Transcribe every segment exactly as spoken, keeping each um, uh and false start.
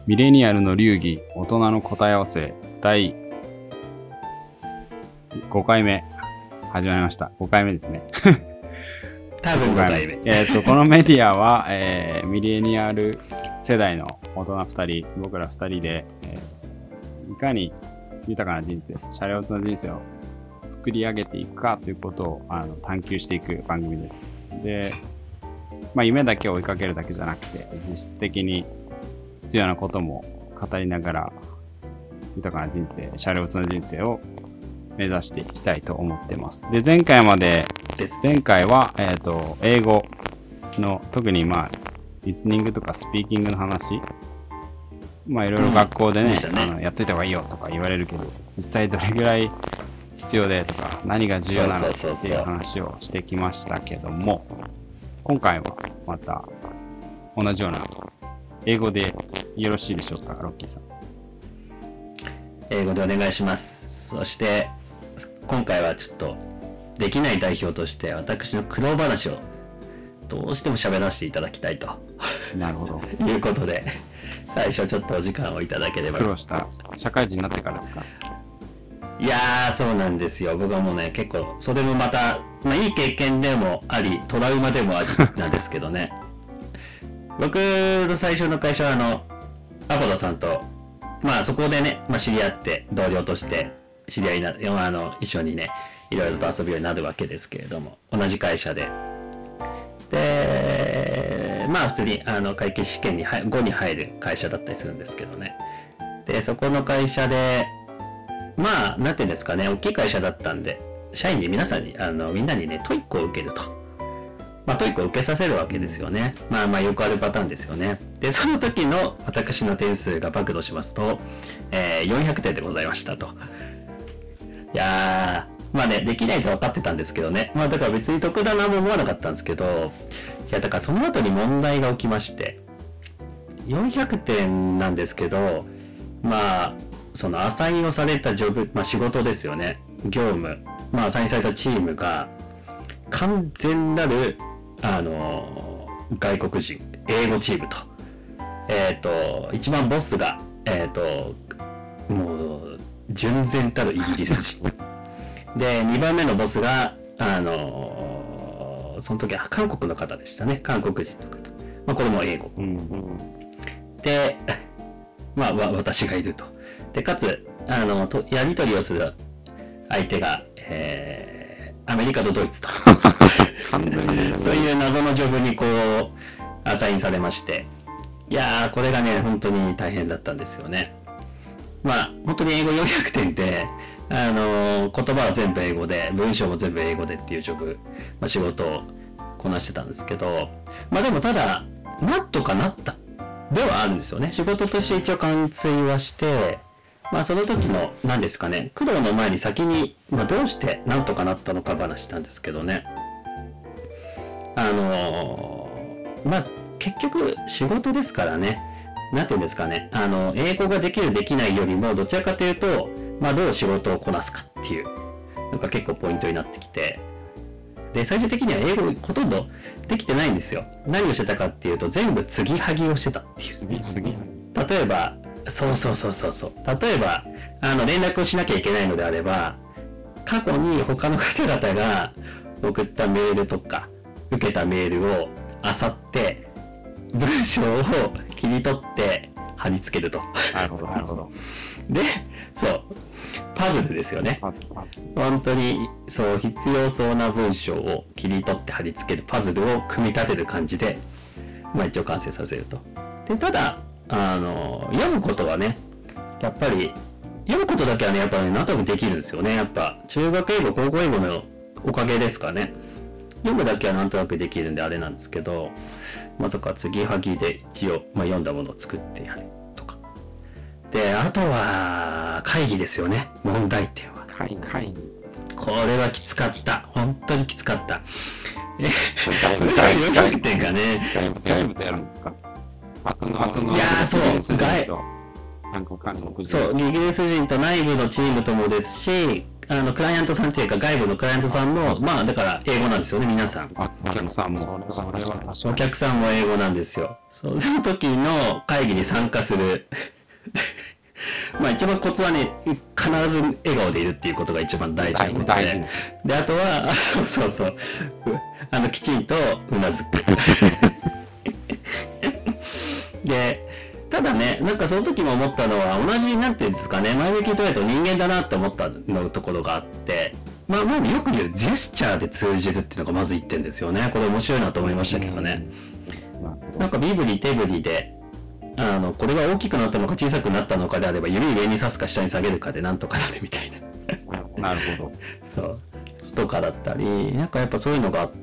ミレニアルの流儀、大人の答え合わせ、だいごかいめ、始まりました。ごかいめですね。 多分ごかいめ。 えっと、このメディアは、えー、ミレニアル世代の大人ふたり、僕らふたりで、えー、いかに豊かな人生、シャレオツな人生を作り上げていくかということをあの探求していく番組です。で、まあ、夢だけを追いかけるだけじゃなくて、実質的に必要なことも語りながら、豊かな人生、シャレオツな人生を目指していきたいと思ってます。で、前回まで、前回は、えっと、英語の、特にまあ、リスニングとかスピーキングの話、まあ、いろいろ学校でね、うん、あのやっといた方がいいよとか言われるけど、実際どれぐらい必要でとか、何が重要なのっていう話をしてきましたけども、今回はまた同じような英語でよろしいでしょうか、ロッキーさん。 英語でお願いします。そして今回はちょっとできない代表として私の苦労話をどうしても喋らせていただきたいと。 なるほど。 いうことで最初ちょっとお時間をいただければ。 苦労した社会人になってからですか？ いやーそうなんですよ。僕はもうね結構それもまた、まあ、いい経験でもありトラウマでもありなんですけどね。僕の最初の会社はあのアポロさんとまあそこでね、まあ、知り合って同僚として知り合いなあの一緒にねいろいろと遊ぶようになるわけですけれども、同じ会社ででまあ普通にあの会計試験に後に入る会社だったりするんですけどね。でそこの会社でまあなんていうんですかね、大きい会社だったんで社員に皆さんにあのみんなにねトイックを受けると。まあ、トイックを受けさせるわけですよね。まあまあよくあるパターンですよね。で、その時の私の点数が暴露しますと、えー、よんひゃくてんでございましたと。いやー、まあね、できないと分かってたんですけどね。まあだから別に得だなも思わなかったんですけど、いやだからその後に問題が起きまして、よんひゃくてんなんですけど、まあ、そのアサインをされたジョブ、まあ仕事ですよね。業務、まあアサインされたチームが、完全なるあの外国人英語チームと、えっ、ー、と一番ボスがえっ、ー、ともう純然たるイギリス人でにばんめのボスがあのその時は韓国の方でしたね。韓国人の方、まあ、これも英語、うんうん、でまあ私がいると。でかつあのとやり取りをする相手が、えー、アメリカとドイツとという謎のジョブにこうアサインされまして、いやーこれがね本当に大変だったんですよね。まあ本当に英語よんひゃくてんってあのー、言葉は全部英語で文章も全部英語でっていうジョブ、まあ、仕事をこなしてたんですけど、まあでもただなんとかなったではあるんですよね。仕事として一応完遂はして、まあその時の何ですかね、苦労の前に先に、まあ、どうしてなんとかなったのか話なんですけどね。あのー、まあ結局仕事ですからね、なんていうんですかね、あの英語ができるできないよりもどちらかというと、まあどう仕事をこなすかっていうのが結構ポイントになってきて、で最終的には英語ほとんどできてないんですよ。何をしてたかっていうと全部継ぎはぎをしてたっていう。例えばそうそうそうそうそう例えばあの連絡をしなきゃいけないのであれば、過去に他の方々が送ったメールとか受けたメールを漁って文章を切り取って貼り付けると。 なるほどなるほど。 で、そうパズルですよね。本当にそう必要そうな文章を切り取って貼り付けるパズルを組み立てる感じで、まあ一応完成させると。でただあの読むことはね、やっぱり読むことだけはねやっぱねなんとなくできるんですよね。やっぱ中学英語高校英語のおかげですかね。読むだけはなんとなくできるんであれなんですけど、まさか継ぎはぎで一応、まあ、読んだものを作ってやるとか。で、あとは会議ですよね。問題点は。 会議。 これはきつかった。本当にきつかった。え、よんひゃくてんがね。 外部とやるんですか？あ、その、 あ、その、いやー、そう、外なんか他のそう、イギリス人と内部のチームともですし、 あのクライアントさんっていうか外部のクライアントさんもまあだから英語なんですよね皆さん。 あ、お客さんもそれは確かにお客さんも英語なんですよ。その時の会議に参加するまあ一番コツはね、必ず笑顔でいるっていうことが一番大事なんですね。 大事です。 で、あとは、そうそうそう、あの、きちんとうなずく。で、ただね、なんかその時も思ったのは、同じ、なんていうんですかね、前向きに捉えると人間だなって思ったのところがあって、まあ、まあ、よく言うジェスチャーで通じるっていうのがまず一点ですよね。これ面白いなと思いましたけどね。なんか身振り手振りで、あのこれが大きくなったのか小さくなったのかであれば指上に刺すか下に下げるかでなんとかなるみたいななるほどそうとかだったりなんかやっぱそういうのがあって、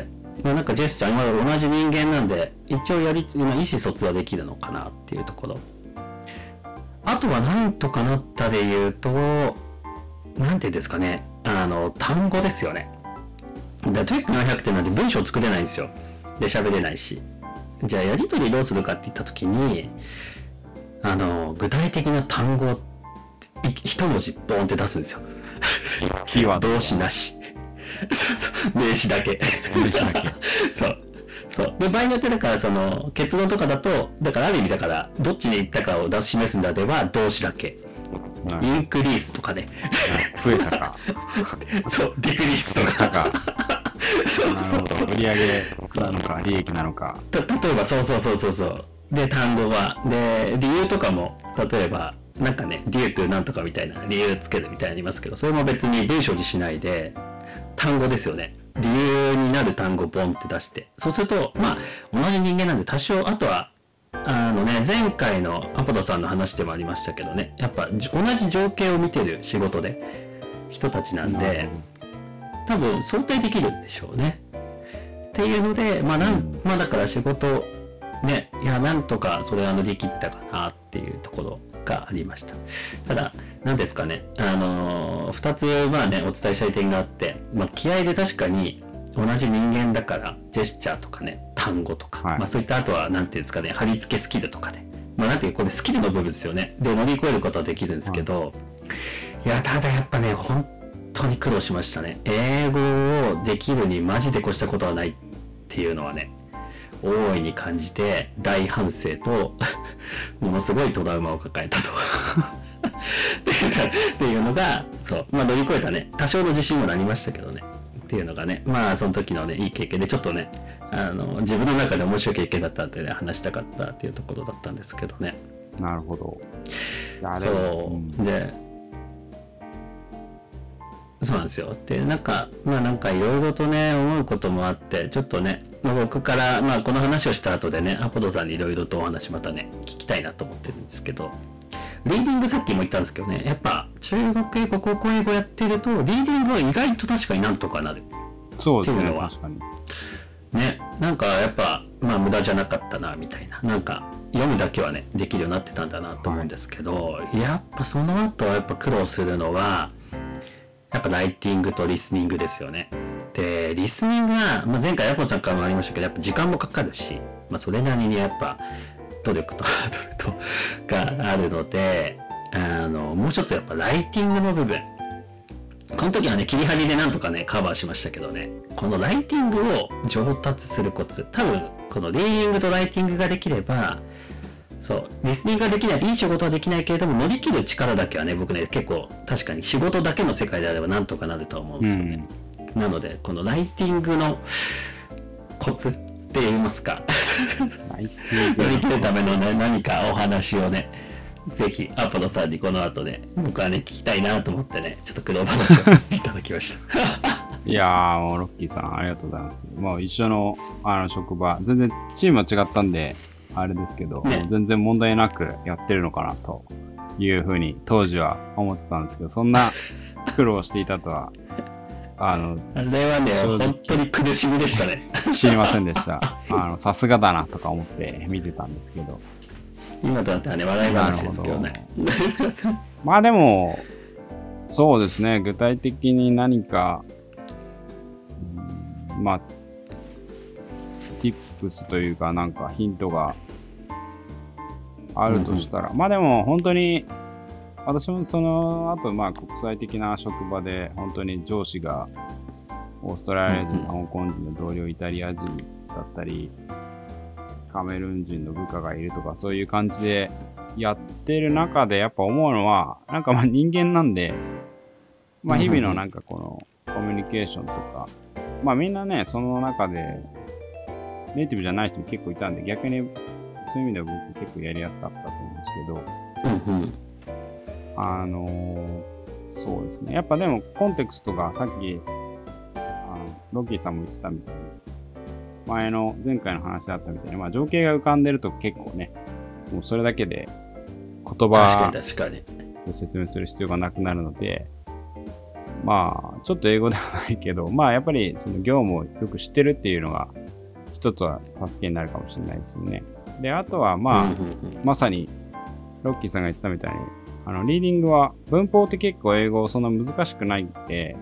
まあ、なんかジェスチャー今同じ人間なんで一応やり今意思疎通はできるのかなっていうところ。あとはなんとかなったで言うとなんていうんですかねあの単語ですよね。だトイックななひゃくてんなんて文章作れないんですよ。で喋れないしじゃあやり取りどうするかって言った時にあの具体的な単語を一文字ボーンって出すんですよ。 キーワード動詞なしそうそう名詞だけ名詞だけそうそうで場合によってだからその結論とかだとだからある意味だからどっちに行ったかを出し示すんだでは動詞だけインクリースとかで増えたかそうディクリースとかそうそう売上なのか利益なのかた例えばそうそうそうそうそうで単語はで理由とかも例えばなんかねデュートゥなんとかみたいな理由つけるみたいなのありますけどそれも別に文章にしないで単語ですよね。理由になる単語ボンって出してそうするとまあ同じ人間なんで多少あとはあのね前回のアポロさんの話でもありましたけどねやっぱ同じ情景を見てる仕事で人たちなんで多分想定できるんでしょうねっていうのでまあなん、うん、まあだから仕事ねいやなんとかそれは乗り切ったかなっていうところがありました。ただ何ですかねあのー、ふたつまあねお伝えしたい点があって、まあ、気合で確かに同じ人間だからジェスチャーとかね単語とか、はい、まあそういったあとはなんていうんですかね貼り付けスキルとかでまあなんていうこれスキルの部分ですよねで乗り越えることはできるんですけど、はい、いやただやっぱね本当に苦労しましたね。英語をできるにマジで越したことはないっていうのはね大いに感じて大反省とものすごいトラウマを抱えたとっていうのがそうまあ乗り越えたね多少の自信もなりましたけどねっていうのがねまあその時のねいい経験でちょっとねあの自分の中で面白い経験だったんでね話したかったっていうところだったんですけどね。 なるほど。 そう、うん、でそうなんですよ。でなんかまあなんかいろいろとね思うこともあってちょっとね、まあ、僕からまあこの話をした後でねアポロさんにいろいろとお話またね聞きたいなと思ってるんですけどリーディングさっきも言ったんですけどねやっぱ中国英語高校英語やってるとリーディングは意外と確かになんとかなる。 そうですね確かにねなんかやっぱまあ無駄じゃなかったなみたいななんか読むだけはねできるようになってたんだなと思うんですけど、はい、やっぱその後はやっぱ苦労するのはやっぱライティングとリスニングですよね。でリスニングは、まあ、前回ヤポンさんからもありましたけどやっぱ時間もかかるし、まあ、それなりにやっぱ努力とハードルとがあるのであのもう一つやっぱライティングの部分この時はね切り張りでなんとかねカバーしましたけどねこのライティングを上達するコツ多分このリーディングとライティングができればそうリスニングができないといい仕事はできないけれども乗り切る力だけはね僕ね結構確かに仕事だけの世界であればなんとかなると思うんですよね、うん、なのでこのライティングのコツって言いますか乗り切るためのね何かお話をねぜひアポロさんにこの後ね僕はね聞きたいなと思ってねちょっと苦労話をさせていただきましたいやーもうロッキーさんありがとうございます。もう一緒のあの職場全然チームは違ったんであれですけど、ね、全然問題なくやってるのかなというふうに当時は思ってたんですけどそんな苦労していたとはあのあれはね本当に苦しみでしたね知りませんでしたあのさすがだなとか思って見てたんですけど今となってはね笑い話ですけどねまあでもそうですね具体的に何か、うん、まあtipsというかなんかヒントがあるとしたら、うん、まあでも本当に私もその後、まあ国際的な職場で本当に上司がオーストラリア人、香港人の同僚、イタリア人だったり、カメルーン人の部下がいるとか、そういう感じでやってる中でやっぱ思うのは、なんかまあ人間なんで、まあ日々のなんかこのコミュニケーションとか、まあみんなね、その中でネイティブじゃない人も結構いたんで、逆にそういう意味では僕結構やりやすかったと思うんですけど、あのー、そうですね。やっぱでもコンテクストがさっき、あのロッキーさんも言ってたみたいに、前の前回の話だったみたいに、まあ情景が浮かんでると結構ね、もうそれだけで言葉で説明する必要がなくなるので、まあちょっと英語ではないけど、まあやっぱりその業務をよく知ってるっていうのが一つは助けになるかもしれないですよね。で、あとはまあ、まさにロッキーさんが言ってたみたいに、あのリーディングは文法って結構英語そんな難しくないんで、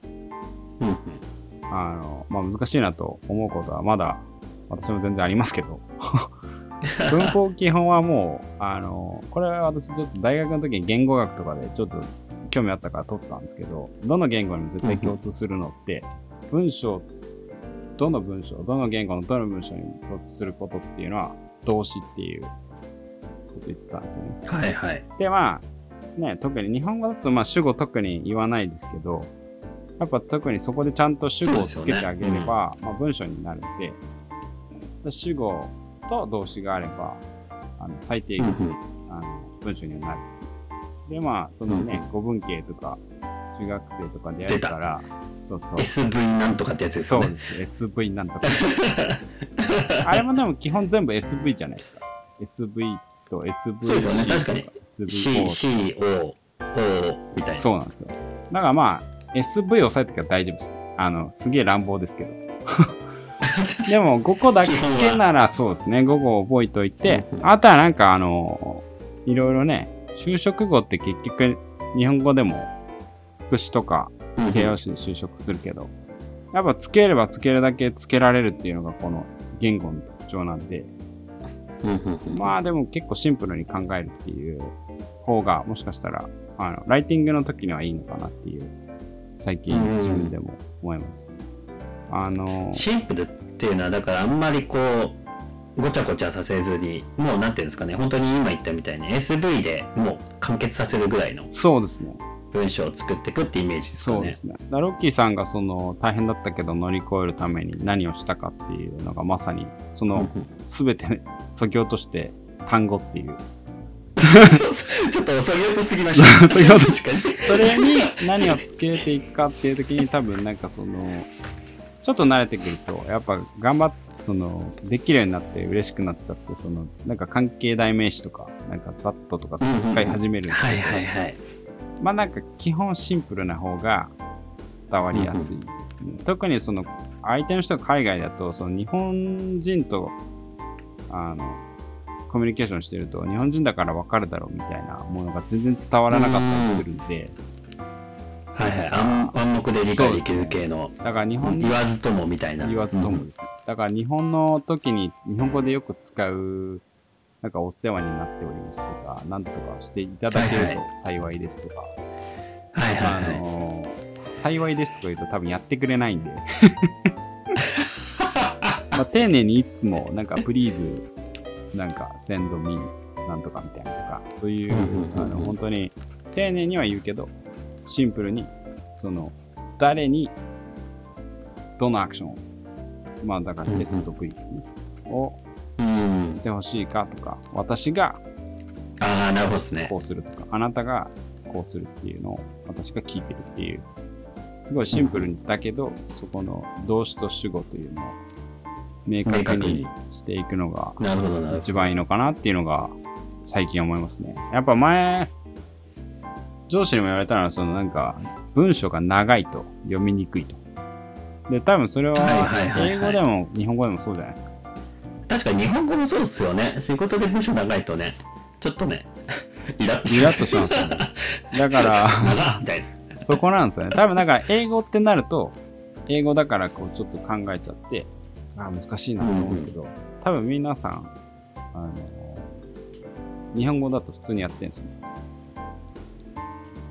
あのまあ難しいなと思うことはまだ私も全然ありますけど文法基本はもうあのこれは私ちょっと大学の時に言語学とかでちょっと興味あったから取ったんですけど、どの言語にも絶対共通するのって文章、どの文章、どの言語のどの文章にも共通することっていうのは動詞っていうこと言ってたんですよね。 はいはい。 でまあね、特に日本語だとまあ主語特に言わないですけど、やっぱ特にそこでちゃんと主語をつけてあげれば、ねうんまあ、文章になるんで、主語と動詞があればあの最低限、うん、あの文章にはなる。でまあそのね、うん、語文系とか中学生とかでやるから、そうそうエスブイ なんとかってやつですね。 そうです エスブイ なんとかあれもでも基本全部 エスブイ じゃないですか。 エスブイ と エスブイシーそうですよね、確かにエスブイオーシーオー みたいな。 そうなんですよ。だからまあ エスブイ 押さえてから大丈夫です。あのすげえ乱暴ですけどでもごこだけならそうですね、ごこ覚えといて、あとはなんかあのいろいろね、就職語って結局日本語でも副詞とか形容詞で就職するけど、やっぱつければつけるだけつけられるっていうのがこの言語の特徴なんで、まあでも結構シンプルに考えるっていう方がもしかしたらあのライティングの時にはいいのかなっていう最近自分でも思います。あのシンプルっていうのはだからあんまりこうごちゃごちゃさせずに、もうなんていうんですかね、本当に今言ったみたいに エスブイ でもう完結させるぐらいのそうですね文章を作っていくってイメージですかね。 そうですね。ロッキーさんがその大変だったけど乗り越えるために何をしたかっていうのがまさにその全てそぎ落として単語っていうちょっとそぎ落とすぎましたそぎ落としかにそれに何をつけていくかっていう時に多分なんかそのちょっと慣れてくるとやっぱ頑張ってそのできるようになって嬉しくなっちゃって、そのなんか関係代名詞とかなんかざっととか使い始めるんですけど、 はいはいはい。 まあなんか基本シンプルな方が伝わりやすいですね。特にその相手の人が海外だとその日本人とあのコミュニケーションしてると日本人だから分かるだろうみたいなものが全然伝わらなかったりするんで、 はいはい、暗暗黙で理解できる系の、 ね、だから日本言わずともみたいな言わずともですね、うん、だから日本の時に日本語でよく使うなんかお世話になっておりますとかなんとかしていただけると幸いですとか、 はいはいはい、 あのー、幸いですとか言うと多分やってくれないんでまあ丁寧に言いつつもなんかプリーズなんかセンドミーなんとかみたいなとかそういうあの本当に丁寧には言うけどシンプルにその誰にどのアクションをまあだからテストプリーズねをしてほしいかとか、私がああなるほどですねこうするとかあなたがこうするっていうのを私が聞いてるっていうすごいシンプルだけど、うん、そこの動詞と主語というのを明確にしていくのが一番いいのかなっていうのが最近思いますね。やっぱ前上司にも言われたのはそのなんか文章が長いと読みにくいと。で多分それは英語でも日本語でもそうじゃないですか。 確かに日本語もそうですよね。仕事で文章長いとねちょっとねイラッとイラッとしますよね。だからみたいなそこなんですよね。多分だから英語ってなると英語だからこうちょっと考えちゃってあ難しいなと思うんですけど、うん、多分皆さんあの日本語だと普通にやってるんですよ。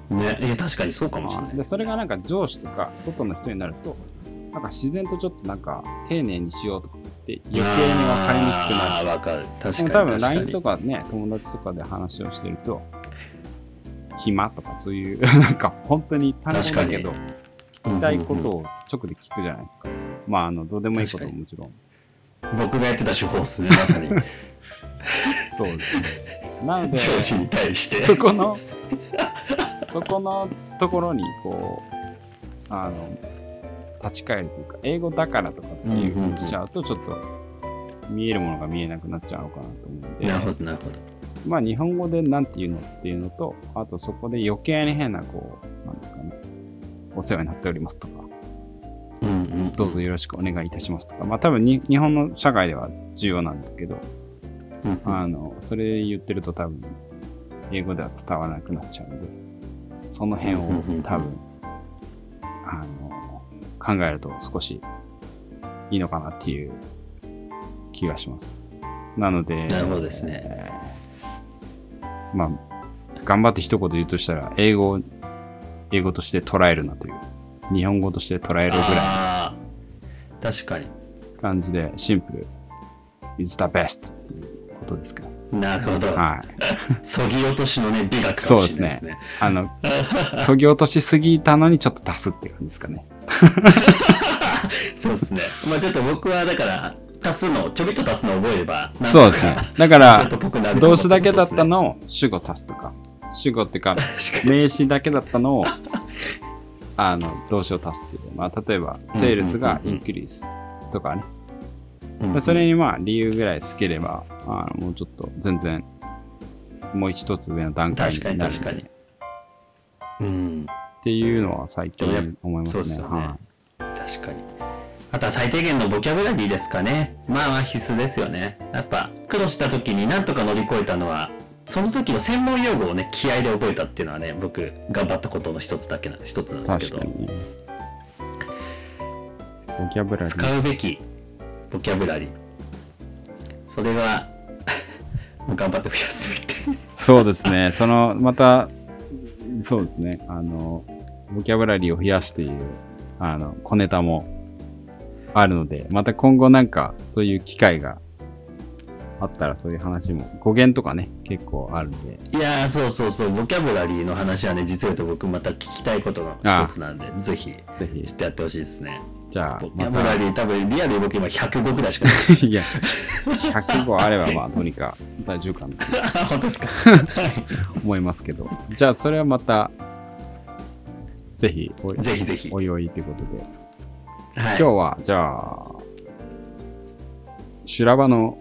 ね、いや確かにそうかもしれない。 でそれがなんか上司とか外の人になると、なんか自然とちょっとなんか丁寧にしようとかって余計に分かりにくくなる。 ああ、分かる。確かに。 多分 ライン とかね、友達とかで話をしてると、暇とかそういう、なんか本当に単語だけど、聞きたいことを直で聞くじゃないですか。まあ、あの、どうでもいいことももちろん。 僕がやってた手法ですね、まさに。 そうですね。なので、 上司に対して。 そこの、そこのところに、こう、あの、立ち返るというか、英語だからとかっていうふうにしちゃうと、ちょっと見えるものが見えなくなっちゃうのかなと思うんで。 なるほど、なるほど。 まあ、日本語でなんて言うのっていうのと、あとそこで余計に変な、こう、なんですかね、お世話になっておりますとか、 うんうん、 どうぞよろしくお願いいたしますとか、まあ多分に日本の社会では重要なんですけど、 うんうん、 あの、それ言ってると多分、英語では伝わらなくなっちゃうので、その辺を多分、あの、考えると少しいいのかなっていう気がします。なので、 なるほどですね。 えー、まあ、頑張って一言言うとしたら、英語を、英語として捉えるなという、日本語として捉えるぐらいあ確かに感じで、シンプル、is the best っていうことですか。 なるほど。 はい。 そぎ落としのね、美学かもしれないですね。 そうですね。あの、そぎ落としすぎたのにちょっと足すっていう感じですかね。 そうですね。まあちょっと僕はだから、足すの、ちょびっと足すのを覚えれば。 そうですね。だから、 ね、 動詞だけだったのを主語足すとか、主語っていうか、名詞だけだったのを、あの、動詞を足すっていう。まあ例えば、セールスがインクリースとかね。うんうん、それにまあ理由ぐらいつければ、あのもうちょっと全然、もう一つ上の段階になる。 確かに確かに。うん。 っていうのは最近思いますね。 そうですよね。 はい、 確かに。あとは最低限のボキャブラリーですかね。まあまあ必須ですよね。やっぱ苦労した時に何とか乗り越えたのは、その時の専門用語をね、気合で覚えたっていうのはね、僕頑張ったことの一つだけな一つなんですけど。 確かに。ボキャブラリー。 使うべきボキャブラリー。それがもう頑張って増やすみたいな。 そうですね。そのまたそうですね。あのボキャブラリーを増やすというあの小ネタもあるので、また今後なんかそういう機会があったらそういう話も語源とかね結構あるんで。 いやーそうそうそうボキャブラリーの話はね実は言うと僕また聞きたいことの一つなんでぜひぜひ知ってやってほしいですね。 じゃあボキャブラリー多分リアルで僕今ひゃくごぐらいしかないいやひゃくごあればまあとにかく大丈夫かな本当ですか思いますけど、じゃあそれはまたぜひおぜひぜひおいおいということで、 はい、 今日はじゃあ修羅場の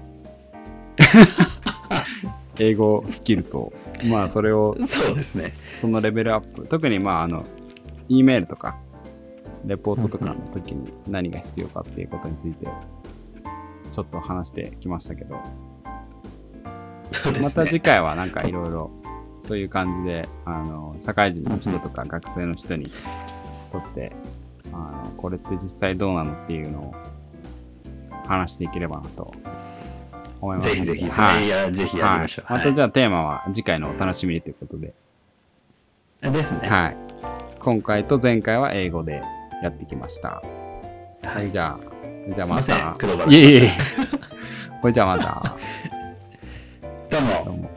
英語スキルとまあそれをそうですねそのレベルアップ、特にまああの E メールとかレポートとかの時に何が必要かっていうことについてちょっと話してきましたけど、 そうですね、 また次回はなんかいろいろそういう感じであの社会人の人とか学生の人にとってあのこれって実際どうなのっていうのを話していければなと思います。 ぜひぜひ、 はい、 いやぜひやりましょう。 はい、またじゃあテーマは次回のお楽しみにということで。 ですね。 はい。今回と前回は英語でやってきました。はい。じゃあ、じゃあまた。 すいません、黒羽。 いえいえ。これじゃあまた。 どうも。 どうも。